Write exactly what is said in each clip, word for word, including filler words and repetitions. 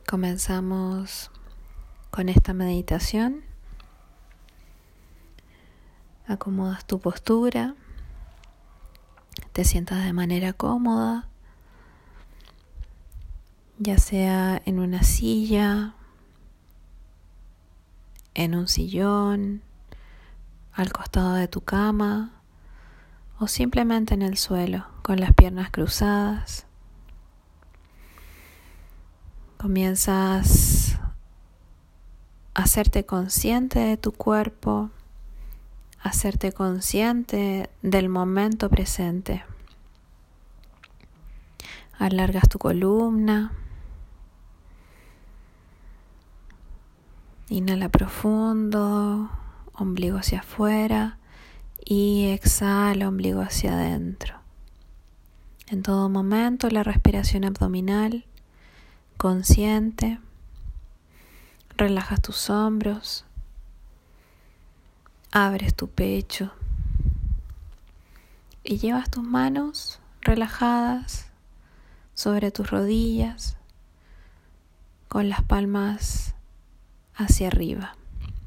Comenzamos con esta meditación. Acomodas tu postura, te sientas de manera cómoda, ya sea en una silla, en un sillón, al costado de tu cama o simplemente en el suelo con las piernas cruzadas. Comienzas a hacerte consciente de tu cuerpo, a hacerte consciente del momento presente. Alargas tu columna. Inhala profundo, ombligo hacia afuera y exhala, ombligo hacia adentro. En todo momento la respiración abdominal consciente. Relajas tus hombros, abres tu pecho y llevas tus manos relajadas sobre tus rodillas con las palmas hacia arriba.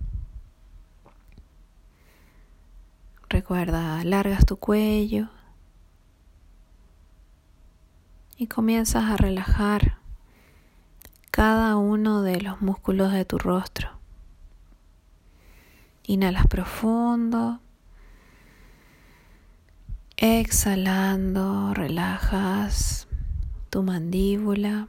Recuerda, alargas tu cuello y comienzas a relajar cada uno de los músculos de tu rostro. Inhalas profundo. Exhalando, relajas tu mandíbula,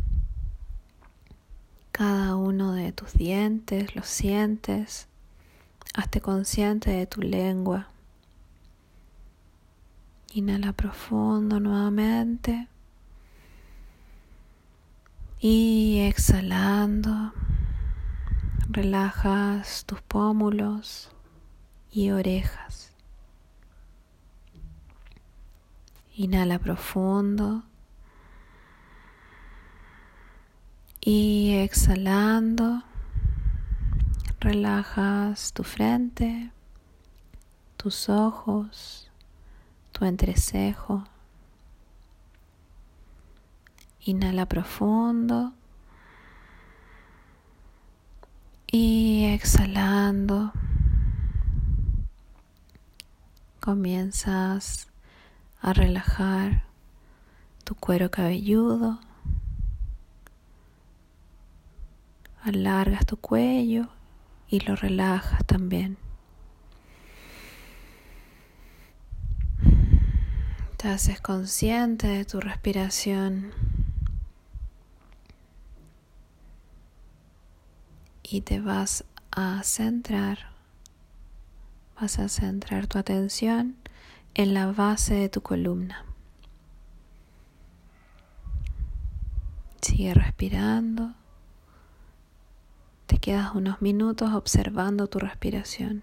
cada uno de tus dientes, los sientes. Hazte consciente de tu lengua. Inhala profundo nuevamente. Y exhalando, relajas tus pómulos y orejas. Inhala profundo. Y exhalando, relajas tu frente, tus ojos, tu entrecejo. Inhala profundo y exhalando comienzas a relajar tu cuero cabelludo. Alargas tu cuello y lo relajas también. Te haces consciente de tu respiración. Y te vas a centrar, vas a centrar tu atención en la base de tu columna. Sigue respirando. Te quedas unos minutos observando tu respiración.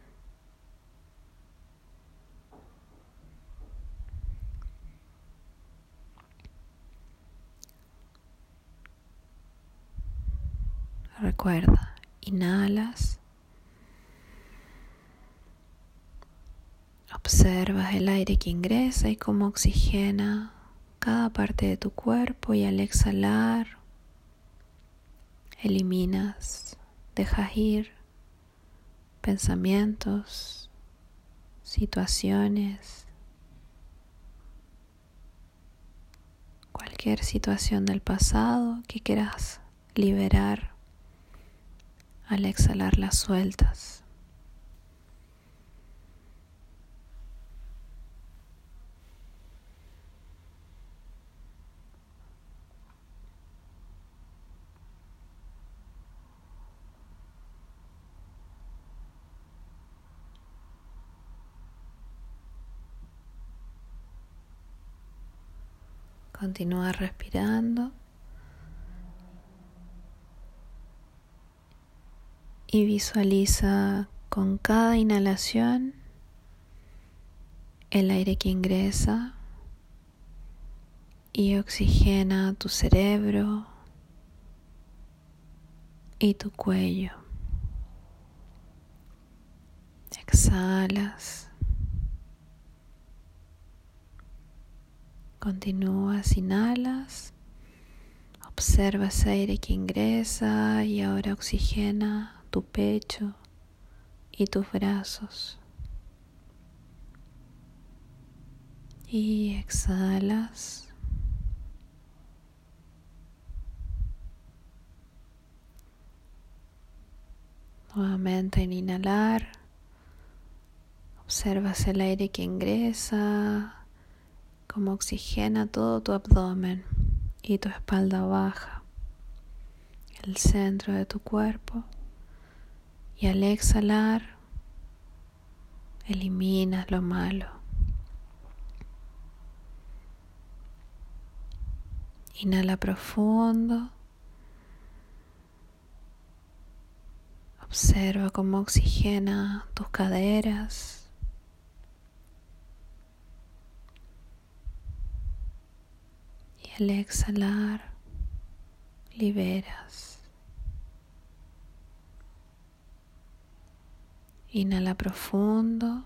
Recuerda. Inhalas, observas el aire que ingresa y cómo oxigena cada parte de tu cuerpo y al exhalar eliminas, dejas ir pensamientos, situaciones, cualquier situación del pasado que quieras liberar. Al exhalar las sueltas. Continúa respirando. Y visualiza con cada inhalación el aire que ingresa y oxigena tu cerebro y tu cuello. Exhalas. Continúas, inhalas, Observa ese aire que ingresa y ahora oxigena tu pecho y tus brazos. Y exhalas. Nuevamente en inhalar, observas el aire que ingresa, cómo oxigena todo tu abdomen y tu espalda baja, el centro de tu cuerpo. Y al exhalar, eliminas lo malo. Inhala profundo. Observa cómo oxigena tus caderas. Y al exhalar, liberas. Inhala profundo.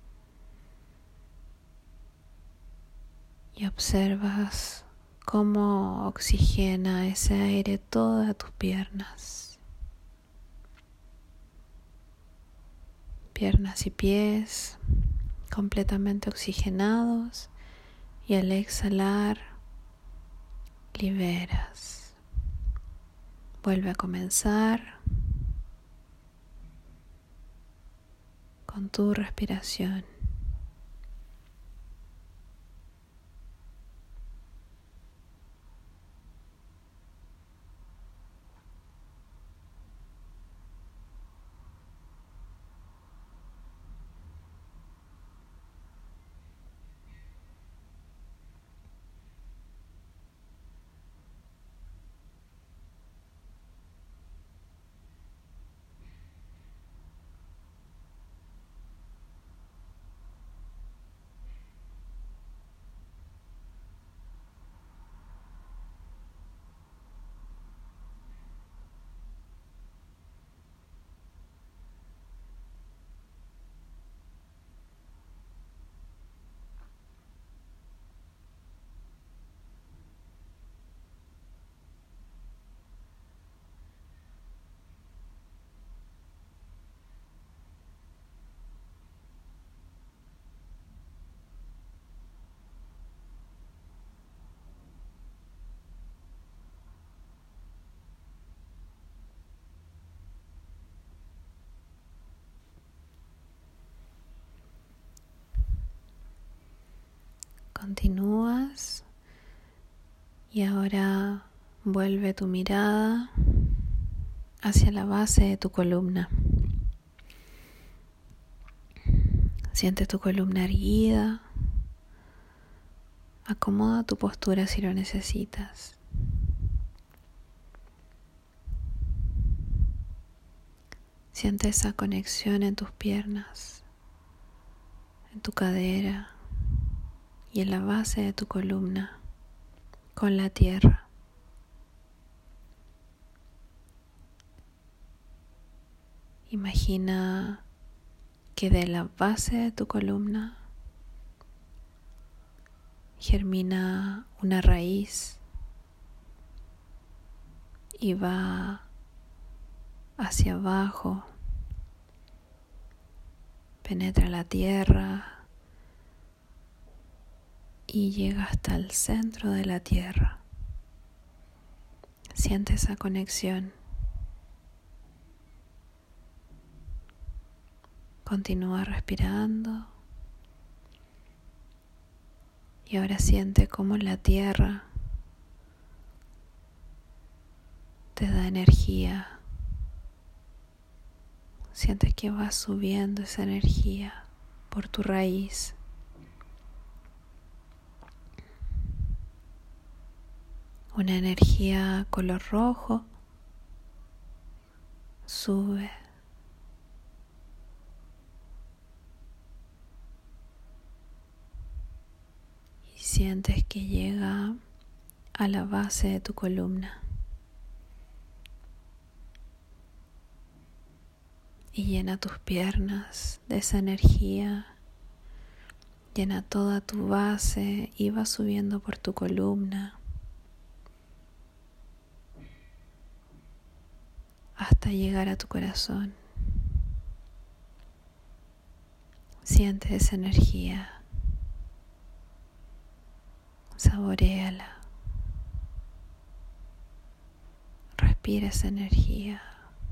Y observas cómo oxigena ese aire todas tus piernas. Piernas y pies completamente oxigenados, y al exhalar liberas. Vuelve a comenzar con tu respiración. Continúas y ahora vuelve tu mirada hacia la base de tu columna. Siente tu columna erguida. Acomoda tu postura si lo necesitas. Siente esa conexión en tus piernas, en tu cadera y en la base de tu columna con la tierra. Imagina que de la base de tu columna germina una raíz y va hacia abajo, penetra la tierra y llega hasta el centro de la tierra. Siente esa conexión. Continúa respirando. Y ahora siente cómo la tierra te da energía. Sientes que va subiendo esa energía por tu raíz. Una energía color rojo sube. Y sientes que llega a la base de tu columna. Y llena tus piernas de esa energía. Llena toda tu base y va subiendo por tu columna. hasta llegar a tu corazón. Siente esa energía. Saboréala. Respira esa energía.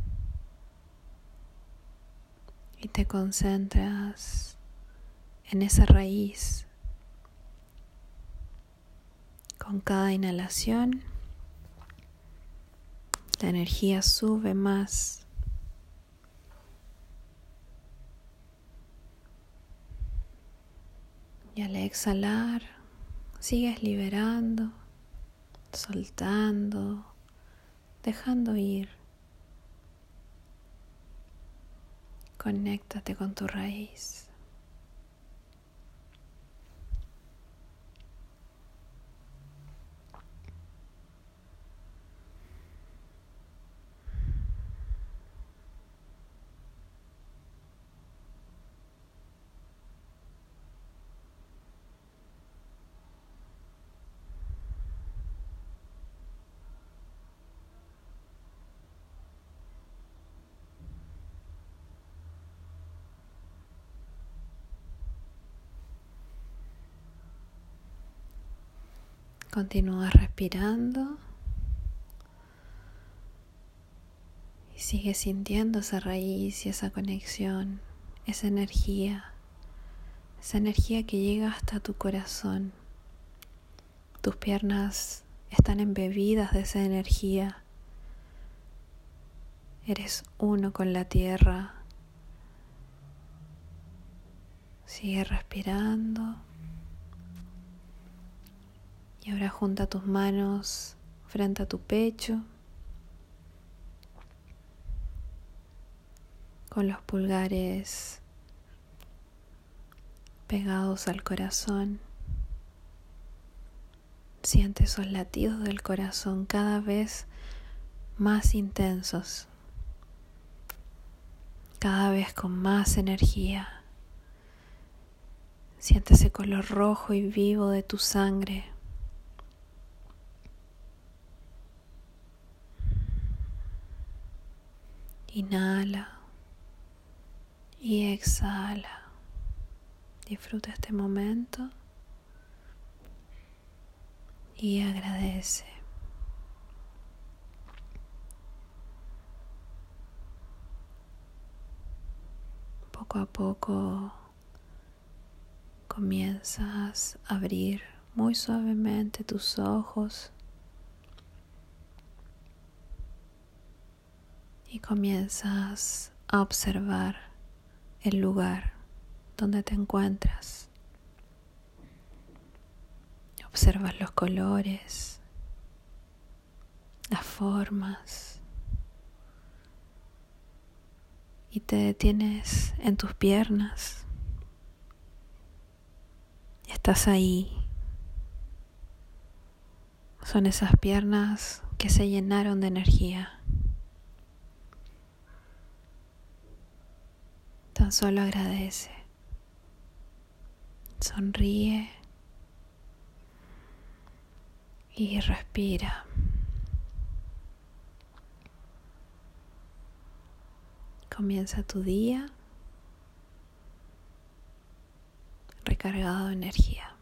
Y te concentras en esa raíz. Con cada inhalación, la energía sube más. Y al exhalar, sigues liberando, soltando, dejando ir. Conéctate con tu raíz. Continúa respirando y sigue sintiendo esa raíz y esa conexión, esa energía, esa energía que llega hasta tu corazón. Tus piernas están embebidas de esa energía. Eres uno con la tierra. Sigue respirando. Y ahora junta tus manos frente a tu pecho, con los pulgares pegados al corazón. Siente esos latidos del corazón cada vez más intensos, cada vez con más energía. Siente ese color rojo y vivo de tu sangre. Inhala y exhala. Disfruta este momento y agradece. Poco a poco comienzas a abrir muy suavemente tus ojos. Y comienzas a observar el lugar donde te encuentras. Observas los colores, las formas y te detienes en tus piernas. Estás ahí. Son esas piernas que se llenaron de energía. Tan solo agradece, sonríe y respira. Comienza tu día recargado de energía.